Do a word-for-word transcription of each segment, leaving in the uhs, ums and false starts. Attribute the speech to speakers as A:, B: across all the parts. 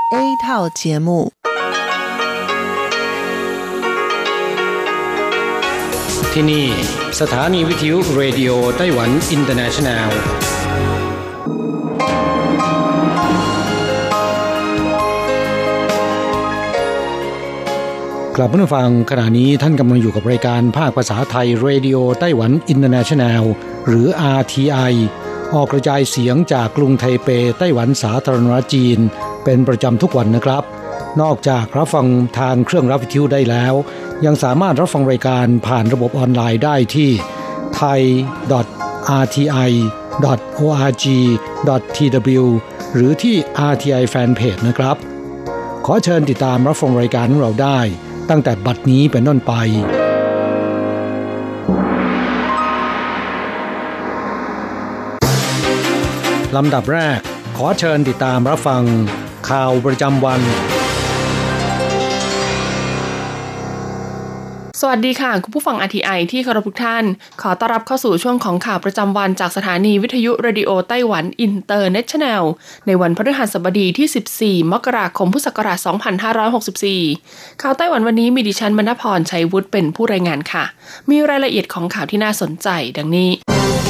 A: A 套节目
B: ที่นี่สถานีวิทยุเรดิโอไต้หวันอินเตอร์เนชั่นแนลกลับมาฟังขณะนี้ท่านกำลังอยู่กับรายการภาคภาษาไทยเรดิโอไต้หวันอินเตอร์เนชั่นแนลหรือ อาร์ ที ไอ ออกกระจายเสียงจากกรุงไทเปไต้หวันสาธารณรัฐจีนเป็นประจำทุกวันนะครับนอกจากรับฟังทางเครื่องรับวิทยุได้แล้วยังสามารถรับฟังรายการผ่านระบบออนไลน์ได้ที่ ไทย ดอท อาร์ ที ไอ ดอท โอ อาร์ จี ดอท ที ดับเบิลยู หรือที่ อาร์ ที ไอ Fanpage นะครับขอเชิญติดตามรับฟังรายการของเราได้ตั้งแต่บัดนี้เป็นต้นไปลำดับแรกขอเชิญติดตามรับฟังข่าวประจำวัน
C: สวัสดีค่ะคุณผู้ฟัง อาร์ ที ไอ ที่เคารพทุกท่านขอต้อนรับเข้าสู่ช่วงของข่าวประจำวันจากสถานีวิทยุเรดิโอไต้หวันอินเตอร์เนชั่นแนลในวันพฤหัสบดีที่สิบสี่มกราคมพุทธศักราชสองพันห้าร้อยหกสิบสี่ข่าวไต้หวันวันนี้มีดิฉันมณพรชัยวุฒิเป็นผู้รายงานค่ะมีรายละเอียดของข่าวที่น่าสนใจดังนี้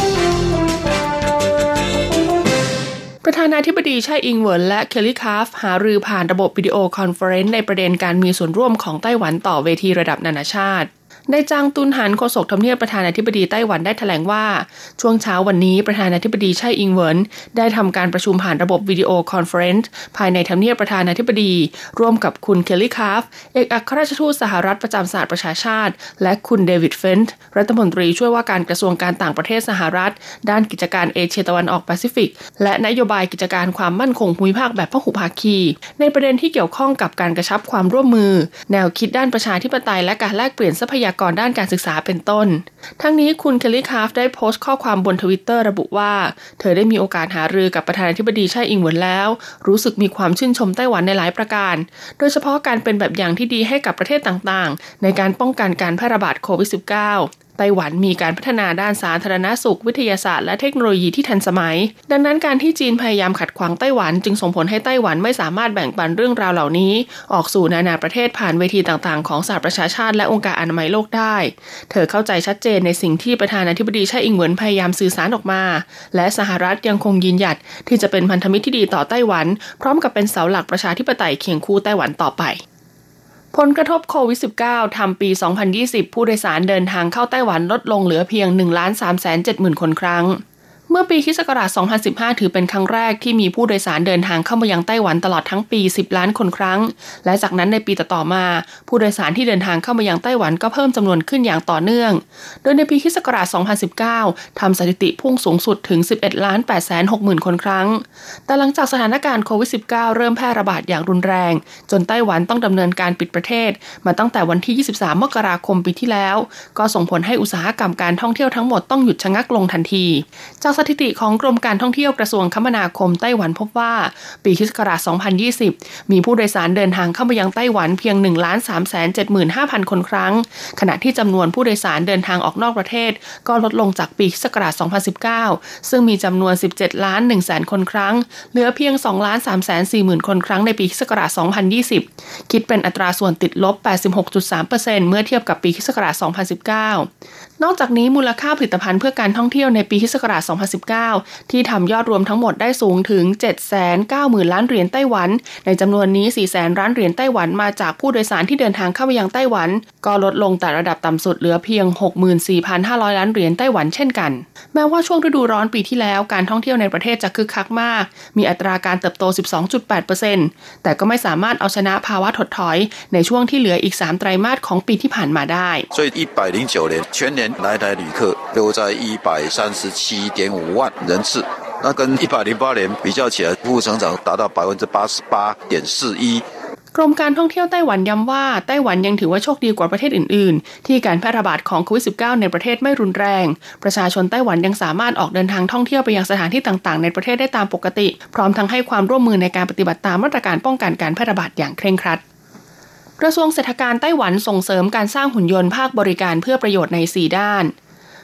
C: ประธานาธิบดีไช่อิงเหวินและเคลลี่คาฟหารือผ่านระบบวิดีโอคอนเฟอเรนซ์ในประเด็นการมีส่วนร่วมของไต้หวันต่อเวทีระดับนานาชาตินายจางตุนหันโฆษกทำเนียบประธานาธิบดีไต้หวันได้แถลงว่าช่วงเช้าวันนี้ประธานาธิบดีไช่อิงเหวินได้ทำการประชุมผ่านระบบวิดีโอคอนเฟอเรนซ์ภายในทำเนียบประธานาธิบดีร่วมกับคุณเคลลี่คาฟเอกอัครราชทูตสหรัฐประจำสหประชาชาติและคุณเดวิดเฟนต์รัฐมนตรีช่วยว่าการกระทรวงการต่างประเทศสหรัฐด้านกิจการเอเชียตะวันออกแปซิฟิกและนโยบายกิจการความมั่นคงภูมิภาคแบบพหุภาคีในประเด็นที่เกี่ยวข้องกับการกระชับความร่วมมือแนวคิดด้านประชาธิปไตยและการแลกเปลี่ยนทรัพยากรด้านการศึกษาเป็นต้นทั้งนี้คุณเคลลี่คาฟได้โพสต์ข้อความบน Twitter ระบุว่าเธอได้มีโอกาสหารือกับประธานาธิบดีไช่อิงเหวินแล้วรู้สึกมีความชื่นชมไต้หวันในหลายประการโดยเฉพาะการเป็นแบบอย่างที่ดีให้กับประเทศต่างๆในการป้องกันการแพร่ระบาดโควิด สิบเก้าไต้หวันมีการพัฒนาด้านสาธารณสุขวิทยาศาสตร์และเทคโนโลยีที่ทันสมัยดังนั้นการที่จีนพยายามขัดขวางไต้หวันจึงส่งผลให้ไต้หวันไม่สามารถแบ่งปันเรื่องราวเหล่านี้ออกสู่นานาประเทศผ่านเวทีต่างๆของสหประชาชาติและองค์การอนามัยโลกได้เธอเข้าใจชัดเจนในสิ่งที่ประธานาธิบดีไช่อิงเหวินพยายามสื่อสารออกมาและสหรัฐยังคงยืนหยัดที่จะเป็นพันธมิตรที่ดีต่อไต้หวันพร้อมกับเป็นเสาหลักประชาธิปไตยเคียงคู่ไต้หวันต่อไปผลกระทบโควิด สิบเก้า ทำปี สองพันยี่สิบ ผู้โดยสารเดินทางเข้าไต้หวันลดลงเหลือเพียง หนึ่งล้านสามแสนเจ็ดหมื่น คนครั้งเมื่อปีค.ศ. สองพันสิบห้าถือเป็นครั้งแรกที่มีผู้โดยสารเดินทางเข้ามายังไต้หวันตลอดทั้งปีสิบล้านคนครั้งและจากนั้นในปีต่อๆมาผู้โดยสารที่เดินทางเข้ามายังไต้หวันก็เพิ่มจำนวนขึ้นอย่างต่อเนื่องโดยในปีค.ศ. สองพันสิบเก้าทำสถิติพุ่งสูงสุดถึง สิบเอ็ดล้านแปดแสนหกหมื่น คนครั้งแต่หลังจากสถานการณ์โควิด สิบเก้า เริ่มแพร่ระบาดอย่างรุนแรงจนไต้หวันต้องดำเนินการปิดประเทศมาตั้งแต่วันที่ยี่สิบสามมกราคมปีที่แล้วก็ส่งผลให้อุตสาหกรรมการท่องเที่ยวทั้งหมดต้องหยุดชะงักลงทันทีจากสถิติของกรมการท่องเที่ยวกระทรวงคมนาคมไต้หวันพบว่าปีค.ศ. สองพันยี่สิบมีผู้โดยสารเดินทางเข้ามายังไต้หวันเพียง หนึ่งล้านสามแสนเจ็ดหมื่นห้าพัน คนครั้งขณะที่จำนวนผู้โดยสารเดินทางออกนอกประเทศก็ลดลงจากปีค.ศ. สองพันสิบเก้าซึ่งมีจำนวน สิบเจ็ดล้านหนึ่งแสน คนครั้งเหลือเพียง สองล้านสามแสนสี่หมื่น คนครั้งในปีค.ศ. สองพันยี่สิบคิดเป็นอัตราส่วนติดลบ แปดสิบหกจุดสามเปอร์เซ็นต์ เมื่อเทียบกับปีค.ศ. สองพันสิบเก้านอกจากนี้มูลค่าผลิตภัณฑ์เพื่อการท่องเที่ยวในปีค.ศ. สองพันสิบเก้าที่ทำยอดรวมทั้งหมดได้สูงถึง เจ็ดแสนเก้าหมื่น ล้านเหรียญไต้หวันในจำนวนนี้ สี่แสน ล้านเหรียญไต้หวันมาจากผู้โดยสารที่เดินทางเข้ามายังไต้หวันก็ลดลงแต่ระดับต่ำสุดเหลือเพียง หกหมื่นสี่พันห้าร้อย ล้านเหรียญไต้หวันเช่นกันแม้ว่าช่วงฤดูร้อนปีที่แล้วการท่องเที่ยวในประเทศจะคึกคักมากมีอัตราการเติบโต สิบสองจุดแปดเปอร์เซ็นต์ แต่ก็ไม่สามารถเอาชนะภาวะถดถอยในช่วงที่เหลืออีกสามไตรมาสของปีที่ผ่านมาได้
D: 所以一百零九年全年来台旅客都在一百三十七点五万人次那跟一百零八年比较起来复成长达到 百分之八十八点四一
C: กรมการท่องเที่ยวไต้หวันย้ำว่าไต้หวันยังถือว่าโชคดีกว่าประเทศอื่นๆที่การแพร่ระบาดของโควิด สิบเก้า ในประเทศไม่รุนแรงประชาชนไต้หวันยังสามารถออกเดินทางท่องเที่ยวไปยังสถานที่ต่างๆในประเทศได้ตามปกติพร้อมทั้งให้ความร่วมมือในการปฏิบัติตามมาตรการป้องกันการแพร่ระบาดอย่างเคร่งครัดกระทรวงเศรษฐกิจไต้หวันส่งเสริมการสร้างหุ่นยนต์ภาคบริการเพื่อประโยชน์ในสี่ด้าน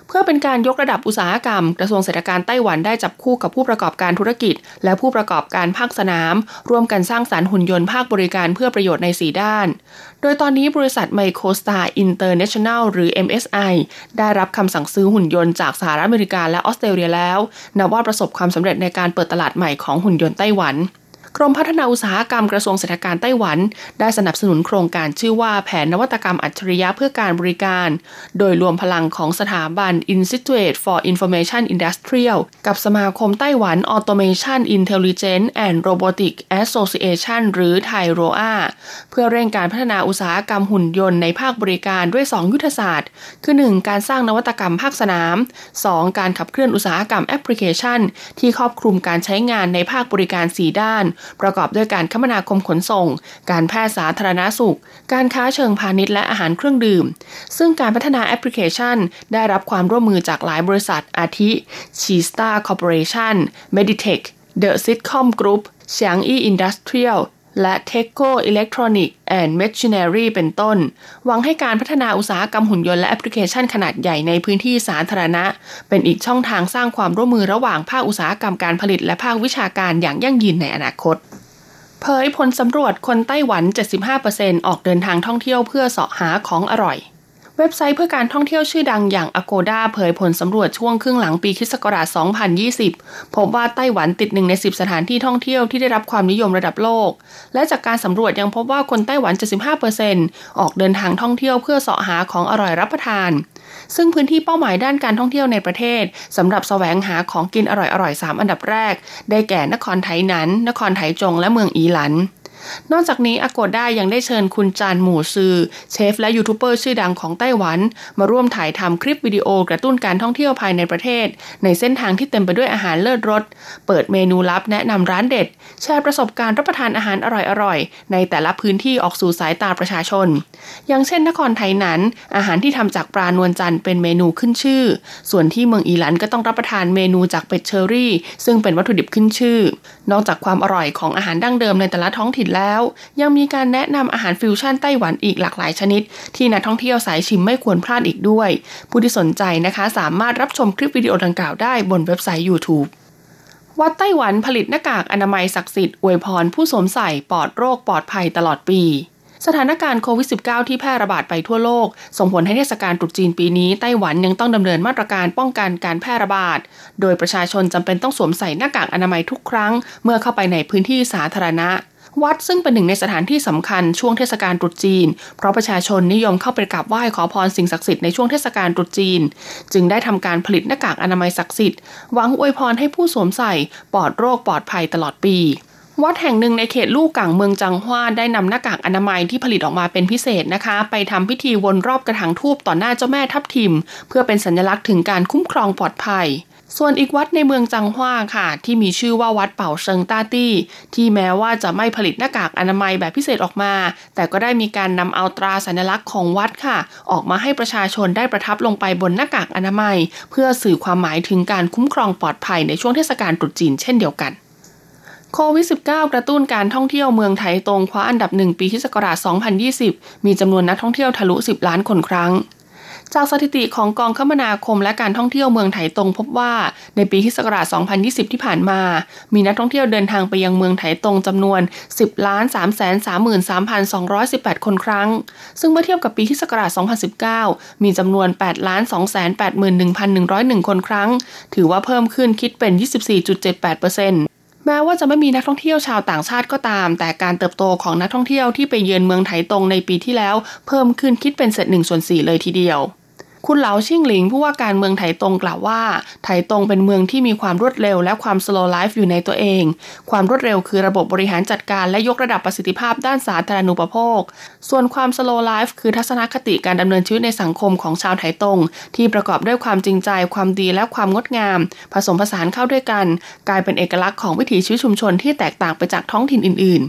C: เพื่อเป็นการยกระดับอุตสาหกรรมกระทรวงเศรษฐกิจไต้หวันได้จับคู่กับผู้ประกอบการธุรกิจและผู้ประกอบการภาคสนามร่วมกันสร้างสรรค์หุ่นยนต์ภาคบริการเพื่อประโยชน์ในสี่ด้านโดยตอนนี้บริษัท Microstar International หรือ เอ็ม เอส ไอ ได้รับคำสั่งซื้อหุ่นยนต์จากสหรัฐอเมริกาและออสเตรเลียแล้วนับว่าประสบความสำเร็จในการเปิดตลาดใหม่ของหุ่นยนต์ไต้หวันกรมพัฒนาอุตสาหกรรมกระทรวงเศรษฐกิจไต้หวันได้สนับสนุนโครงการชื่อว่าแผนนวัตกรรมอัจฉริยะเพื่อการบริการโดยรวมพลังของสถาบัน Institute for Information Industrial กับสมาคมไต้หวัน Automation Intelligence and Robotics Association หรือไทยโรอาเพื่อเร่งการพัฒนาอุตสาหกรรมหุ่นยนต์ในภาคบริการด้วยสองยุทธศาสตร์คือ หนึ่ง การสร้างนวัตกรรมภาคสนาม สอง การขับเคลื่อนอุตสาหกรรมแอปพลิเคชันที่ครอบคลุมการใช้งานในภาคบริการสี่ด้านประกอบด้วยการคมนาคมขนส่งการแพทย์สาธารณสุขการค้าเชิงพาณิชย์และอาหารเครื่องดื่มซึ่งการพัฒนาแอปพลิเคชันได้รับความร่วมมือจากหลายบริษัทอาทิ Cheestar Corporation, Meditech, The Sitcom Group, Xiangyi Industrial และ Teco Electronic and Machinery เป็นต้นหวังให้การพัฒนาอุตสาหกรรมหุ่นยนต์และแอปพลิเคชันขนาดใหญ่ในพื้นที่สาธารณะเป็นอีกช่องทางสร้างความร่วมมือระหว่างภาคอุตสาหกรรมการผลิตและภาควิชาการอย่างยั่งยืนในอนาคตเผยผลสำรวจคนไต้หวัน เจ็ดสิบห้าเปอร์เซ็นต์ ออกเดินทางท่องเที่ยวเพื่อเสาะหาของอร่อยเว็บไซต์เพื่อการท่องเที่ยวชื่อดังอย่าง Agoda เผยผลสำรวจช่วงครึ่งหลังปีค.ศ. สองพันยี่สิบพบว่าไต้หวันติดหนึ่งในสิบสถานที่ท่องเที่ยวที่ได้รับความนิยมระดับโลกและจากการสำรวจยังพบว่าคนไต้หวัน เจ็ดสิบห้าเปอร์เซ็นต์ ออกเดินทางท่องเที่ยวเพื่อเสาะหาของอร่อยรับประทานซึ่งพื้นที่เป้าหมายด้านการท่องเที่ยวในประเทศสำหรับแสวงหาของกินอร่อยๆสามอันดับแรกได้แก่นครไถหนันนครไถจงและเมืองอีหลันนอกจากนี้ Agoda ยังได้เชิญคุณจานหมู่ซือเชฟและยูทูบเบอร์ชื่อดังของไต้หวันมาร่วมถ่ายทำคลิปวิดีโอกระตุ้นการท่องเที่ยวภายในประเทศในเส้นทางที่เต็มไปด้วยอาหารเลิศรสเปิดเมนูลับแนะนำร้านเด็ดแชร์ประสบการณ์รับประทานอาหารอร่อยๆในแต่ละพื้นที่ออกสู่สายตาประชาชนอย่างเช่นนครไถหนันอาหารที่ทำจากปลานวลจันทร์เป็นเมนูขึ้นชื่อส่วนที่เมืองอีหลันก็ต้องรับประทานเมนูจากเป็ดเชอรี่ซึ่งเป็นวัตถุดิบขึ้นชื่อนอกจากความอร่อยของอาหารดั้งเดิมในแต่ละท้องถิ่นแล้วยังมีการแนะนำอาหารฟิวชั่นไต้หวันอีกหลากหลายชนิดที่นักท่องเที่ยวสายชิมไม่ควรพลาดอีกด้วยผู้ที่สนใจนะคะสามารถรับชมคลิปวิดีโอดังกล่าวได้บนเว็บไซต์ YouTube วัดไต้หวันผลิตหน้ากากอนามัยศักดิ์สิทธิ์อวยพรผู้สวมใส่ปลอดโรคปลอดภัยตลอดปีสถานการณ์โควิด สิบเก้า ที่แพร่ระบาดไปทั่วโลกส่งผลให้เทศกาลตรุษจีนปีนี้ไต้หวันยังต้องดำเนินมาตรการป้องกันการแพร่ระบาดโดยประชาชนจำเป็นต้องสวมใส่หน้ากากอนามัยทุกครั้งเมื่อเข้าไปในพื้นที่สาธารณะวัดซึ่งเป็นหนึ่งในสถานที่สำคัญช่วงเทศกาลตรุษจีนเพราะประชาชนนิยมเข้าไปกราบไหว้ขอพรสิ่งศักดิ์สิทธิ์ในช่วงเทศกาลตรุษจีนจึงได้ทำการผลิตหน้ากากอนามัยศักดิ์สิทธิ์หวังอวยพรให้ผู้สวมใส่ปลอดโรคปลอดภัยตลอดปีวัดแห่งหนึ่งในเขตลู่กังเมืองจังหวัดได้นำหน้ากากอนามัยที่ผลิตออกมาเป็นพิเศษนะคะไปทำพิธีวนรอบกระถางธูปต่อหน้าเจ้าแม่ทับทิมเพื่อเป็นสัญลักษณ์ถึงการคุ้มครองปลอดภัยส่วนอีกวัดในเมืองจังหวัดค่ะที่มีชื่อว่าวัดเป่าเซิงต้าตี้ที่แม้ว่าจะไม่ผลิตหน้ากากอนามัยแบบพิเศษออกมาแต่ก็ได้มีการนำเอาตราสัญลักษณ์ของวัดค่ะออกมาให้ประชาชนได้ประทับลงไปบนหน้ากากอนามัยเพื่อสื่อความหมายถึงการคุ้มครองปลอดภัยในช่วงเทศกาลตรุษจีนเช่นเดียวกันโควิด สิบเก้า กระตุ้นการท่องเที่ยวเมืองไถตงคว้าอันดับหนึ่งปีค.ศ. สองพันยี่สิบมีจำนวนนักท่องเที่ยวทะลุสิบล้านคนครั้งจากสถิติของกองคมนาคมและการท่องเที่ยวเมืองไถตงพบว่าในปีค.ศ. สองพันยี่สิบที่ผ่านมามีนักท่องเที่ยวเดินทางไปยังเมืองไถตงจำนวน สิบล้านสามแสนสามหมื่นสามพันสองร้อยสิบแปด คนครั้งซึ่งเมื่อเทียบกับปีค.ศ. สองพันสิบเก้ามีจำนวน แปดล้านสองแสนแปดหมื่นหนึ่งพันหนึ่งร้อยเอ็ด คนครั้งถือว่าเพิ่มขึ้นคิดเป็น ยี่สิบสี่จุดเจ็ดแปดเปอร์เซ็นต์แม้ว่าจะไม่มีนักท่องเที่ยวชาวต่างชาติก็ตามแต่การเติบโตของนักท่องเที่ยวที่ไปเยือนเมืองไถตงในปีที่แล้วเพิ่มขึ้นคิดเป็นเศษหนึ่งส่วนสี่เลยทีเดียวคุณเหลาชิ่งหลิงผู้ว่าการเมืองไถตงกล่าวว่าไถตงเป็นเมืองที่มีความรวดเร็วและความ slow life อยู่ในตัวเองความรวดเร็วคือระบบบริหารจัดการและยกระดับประสิทธิภาพด้านสาธารณูปโภคส่วนความ slow life คือทัศนคติการดำเนินชีวิตในสังคมของชาวไถตงที่ประกอบด้วยความจริงใจความดีและความงดงามผสมผสานเข้าด้วยกันกลายเป็นเอกลักษณ์ของวิถีชีวิตชุมชนที่แตกต่างไปจากท้องถิ่นอื่นๆ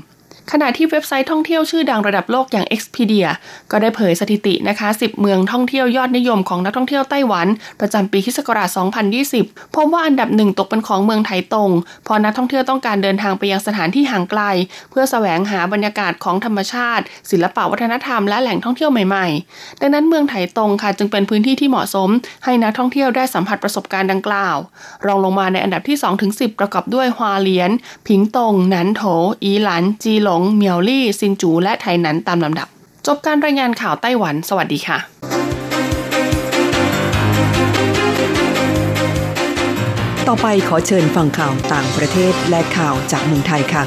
C: ขณะที่เว็บไซต์ท่องเที่ยวชื่อดังระดับโลกอย่าง Expedia ก็ได้เผยสถิตินะคะสิบเมืองท่องเที่ยวยอดนิยมของนักท่องเที่ยวไต้หวันประจำปีค.ศ. สองพันยี่สิบพบว่าอันดับหนึ่งตกเป็นของเมืองไถตงเพราะนักท่องเที่ยวต้องการเดินทางไปยังสถานที่ห่างไกลเพื่อแสวงหาบรรยากาศของธรรมชาติศิลปวัฒนธรรมและแหล่งท่องเที่ยวใหม่ๆดังนั้นเมืองไถตงค่ะจึงเป็นพื้นที่ที่เหมาะสมให้นักท่องเที่ยวได้สัมผัสประสบการณ์ดังกล่าวรองลงมาในอันดับที่ สองถึงสิบ ประกอบด้วยฮวาเหลียนผิงตงหนานโถอีหลันจีหลงเหมียวลี่ซินจูและไถหนันตามลำดับจบการรายงานข่าวไต้หวันสวัสดีค่ะ
A: ต่อไปขอเชิญฟังข่าวต่างประเทศและข่าวจากเมืองไทยค่ะ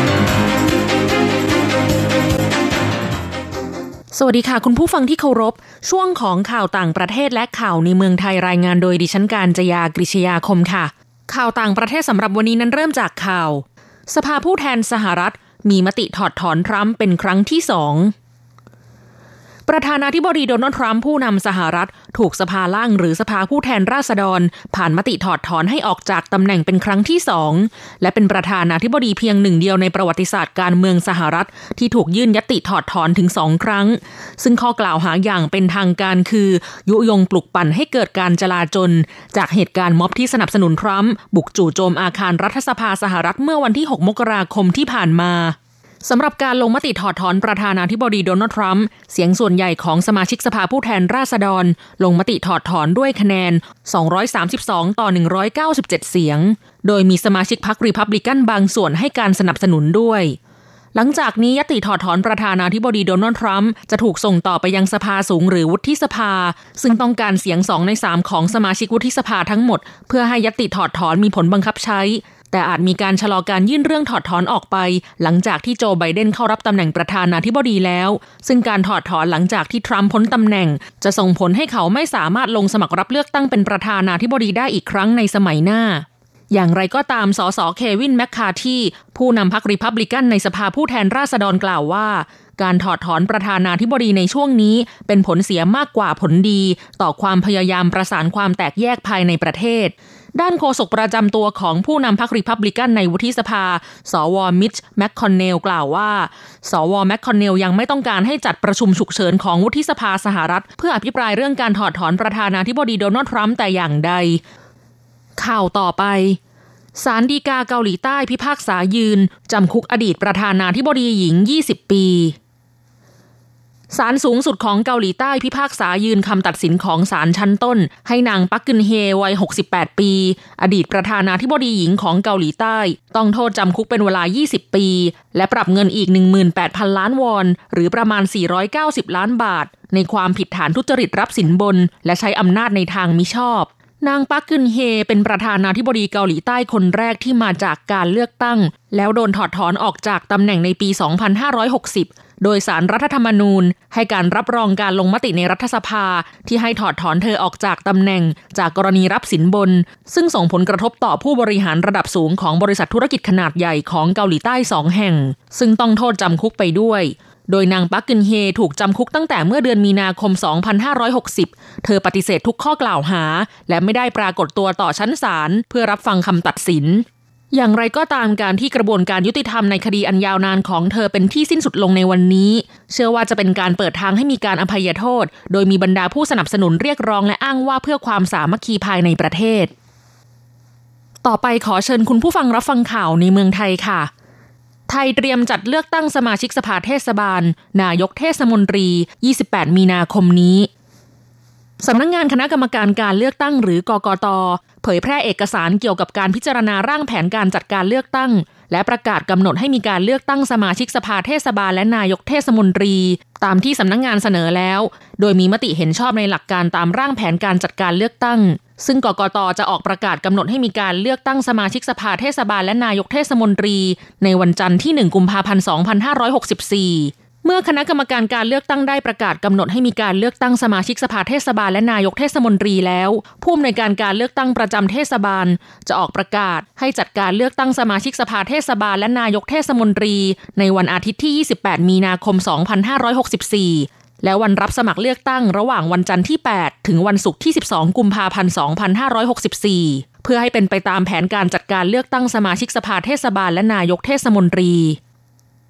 E: สวัสดีค่ะคุณผู้ฟังที่เคารพช่วงของข่าวต่างประเทศและข่าวในเมืองไทยรายงานโดยดิฉันกาญจยากฤษยาคมค่ะข่าวต่างประเทศสำหรับวันนี้นั้นเริ่มจากข่าวสภาผู้แทนสหรัฐมีมติถอดถอนทรัมป์เป็นครั้งที่สองประธานาธิบดีโดนัลด์ทรัมป์ผู้นำสหรัฐถูกสภาล่างหรือสภาผู้แทนราษฎรผ่านมติถอดถอนให้ออกจากตำแหน่งเป็นครั้งที่สองและเป็นประธานาธิบดีเพียงหนึ่งเดียวในประวัติศาสตร์การเมืองสหรัฐที่ถูกยื่นญัตติถอดถอนถึงสองครั้งซึ่งข้อกล่าวหาอย่างเป็นทางการคือยุยงปลุกปั่นให้เกิดการจลาจลจากเหตุการณ์ม็อบที่สนับสนุนทรัมป์บุกจู่โจมอาคารรัฐสภาสหรัฐเมื่อวันที่หกมกราคมที่ผ่านมาสำหรับการลงมติถอดถอนประธานาธิบดีโดนัลด์ทรัมป์เสียงส่วนใหญ่ของสมาชิกสภาผู้แทนราษฎรลงมติถอดถอนด้วยคะแนนสองร้อยสามสิบสองต่อหนึ่งร้อยเก้าสิบเจ็ดเสียงโดยมีสมาชิกพรรครีพับลิกันบางส่วนให้การสนับสนุนด้วยหลังจากนี้ญัตติถอดถอนประธานาธิบดีโดนัลด์ทรัมป์จะถูกส่งต่อไปยังสภาสูงหรือวุฒิสภาซึ่งต้องการเสียงสองในสามของสมาชิกวุฒิสภาทั้งหมดเพื่อให้ญัตติถอดถอนมีผลบังคับใช้แต่อาจมีการชะลอการยื่นเรื่องถอดถอนออกไปหลังจากที่โจไบเดนเข้ารับตำแหน่งประธานาธิบดีแล้วซึ่งการถอดถอนหลังจากที่ทรัมป์พ้นตำแหน่งจะส่งผลให้เขาไม่สามารถลงสมัครรับเลือกตั้งเป็นประธานาธิบดีได้อีกครั้งในสมัยหน้าอย่างไรก็ตามสสเควินแมคคาร์ธีผู้นำพรรครีพับลิกันในสภาผู้แทนราษฎรกล่าวว่าการถอดถอนประธานาธิบดีในช่วงนี้เป็นผลเสียมากกว่าผลดีต่อความพยายามประสานความแตกแยกภายในประเทศด้านโฆษกประจำตัวของผู้นำพรรครีพับลิกันในวุฒิสภาสวมิชแมคคอนเนลกล่าวว่าสวแมคคอนเนลยังไม่ต้องการให้จัดประชุมฉุกเฉินของวุฒิสภาสหรัฐเพื่ออภิปรายเรื่องการถอดถอนประธานาธิบดีโดนัลด์ทรัมป์แต่อย่างใดข่าวต่อไปศาลฎีกาเกาหลีใต้พิพากษายืนจำคุกอดีตประธานาธิบดีหญิงยี่สิบปีศาลสูงสุดของเกาหลีใต้พิพากษายืนคำตัดสินของศาลชั้นต้นให้นางปักกึนเฮวัยหกสิบแปดปีอดีตประธานาธิบดีหญิงของเกาหลีใต้ต้องโทษจำคุกเป็นเวลายี่สิบปีและปรับเงินอีก หนึ่งหมื่นแปดพัน ล้านวอนหรือประมาณสี่ร้อยเก้าสิบล้านบาทในความผิดฐานทุจริตรับสินบนและใช้อำนาจในทางมิชอบนางปักกึนเฮเป็นประธานาธิบดีเกาหลีใต้คนแรกที่มาจากการเลือกตั้งแล้วโดนถอดถอนออกจากตำแหน่งในปีสองพันห้าร้อยหกสิบโดยศาลรัฐธรรมนูญให้การรับรองการลงมติในรัฐสภาที่ให้ถอดถอนเธอออกจากตำแหน่งจากกรณีรับสินบนซึ่งส่งผลกระทบต่อผู้บริหารระดับสูงของบริษัทธุรกิจขนาดใหญ่ของเกาหลีใต้สองแห่งซึ่งต้องโทษจำคุกไปด้วยโดยนางปักกึนเฮถูกจำคุกตั้งแต่เมื่อเดือนมีนาคมสองพันห้าร้อยหกสิบเธอปฏิเสธทุกข้อกล่าวหาและไม่ได้ปรากฏตัวต่อชั้นศาลเพื่อรับฟังคำตัดสินอย่างไรก็ตามการที่กระบวนการยุติธรรมในคดีอันยาวนานของเธอเป็นที่สิ้นสุดลงในวันนี้เชื่อว่าจะเป็นการเปิดทางให้มีการอภัยโทษโดยมีบรรดาผู้สนับสนุนเรียกร้องและอ้างว่าเพื่อความสามัคคีภายในประเทศต่อไปขอเชิญคุณผู้ฟังรับฟังข่าวในเมืองไทยค่ะไทยเตรียมจัดเลือกตั้งสมาชิกสภาเทศบาลนายกเทศมนตรียี่สิบแปดมีนาคมนี้สำนักงานคณะกรรมการการเลือกตั้งหรือกกต.เผยแพร่เอกสารเกี่ยวกับการพิจารณาร่างแผนการจัดการเลือกตั้งและประกาศกำหนดให้มีการเลือกตั้งสมาชิกสภาเทศบาลและนายกเทศมนตรีตามที่สำนักงานเสนอแล้วโดยมีมติเห็นชอบในหลักการตามร่างแผนการจัดการเลือกตั้งซึ่งกกต.จะออกประกาศกำหนดให้มีการเลือกตั้งสมาชิกสภาเทศบาลและนายกเทศมนตรีในวันจันทร์ที่หนึ่งกุมภาพันธ์สองพันห้าร้อยหกสิบสี่เมื่อคณะกรรมการการเลือกตั้งได้ประกาศกำหนดให้มีการเลือกตั้งสมาชิกสภาเทศบาลและนายกเทศมนตรีแล้วผู้อำนวยการการเลือกตั้งประจำเทศบาลจะออกประกาศให้จัดการเลือกตั้งสมาชิกสภาเทศบาลและนายกเทศมนตรีในวันอาทิตย์ที่ยี่สิบแปดมีนาคมสองพันห้าร้อยหกสิบสี่และวันรับสมัครเลือกตั้งระหว่างวันจันทร์ที่แปดถึงวันศุกร์ที่สิบสองกุมภาพันธ์สองพันห้าร้อยหกสิบสี่เพื่อให้เป็นไปตามแผนการจัดการเลือกตั้งสมาชิกสภาเทศบาลและนายกเทศมนตรี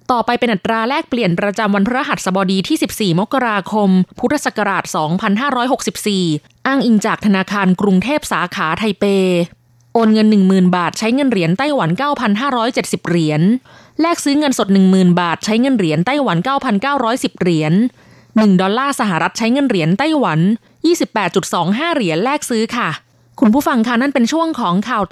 E: ต่อไปเป็นอัตราแลกเปลี่ยนประจำวันพฤหัสบดีที่สิบสี่มกราคมพุทธศักราชสองพันห้าร้อยหกสิบสี่อ้างอิงจากธนาคารกรุงเทพสาขาไทเปโอนเงิน หนึ่งหมื่น บาทใช้เงินเหรียญไต้หวัน เก้าพันห้าร้อยเจ็ดสิบ เหรียญแลกซื้อเงินสด หนึ่งหมื่น บาทใช้เงินเหรียญไต้หวัน เก้าพันเก้าร้อยสิบ เหรียญหนึ่งดอลลาร์สหรัฐใช้เงินเหรียญไต้หวัน ยี่สิบแปดจุดสองห้า เหรียญแลกซื้อค่ะคุณผู้ฟังคะนั่นเป็นช่วงของข่าว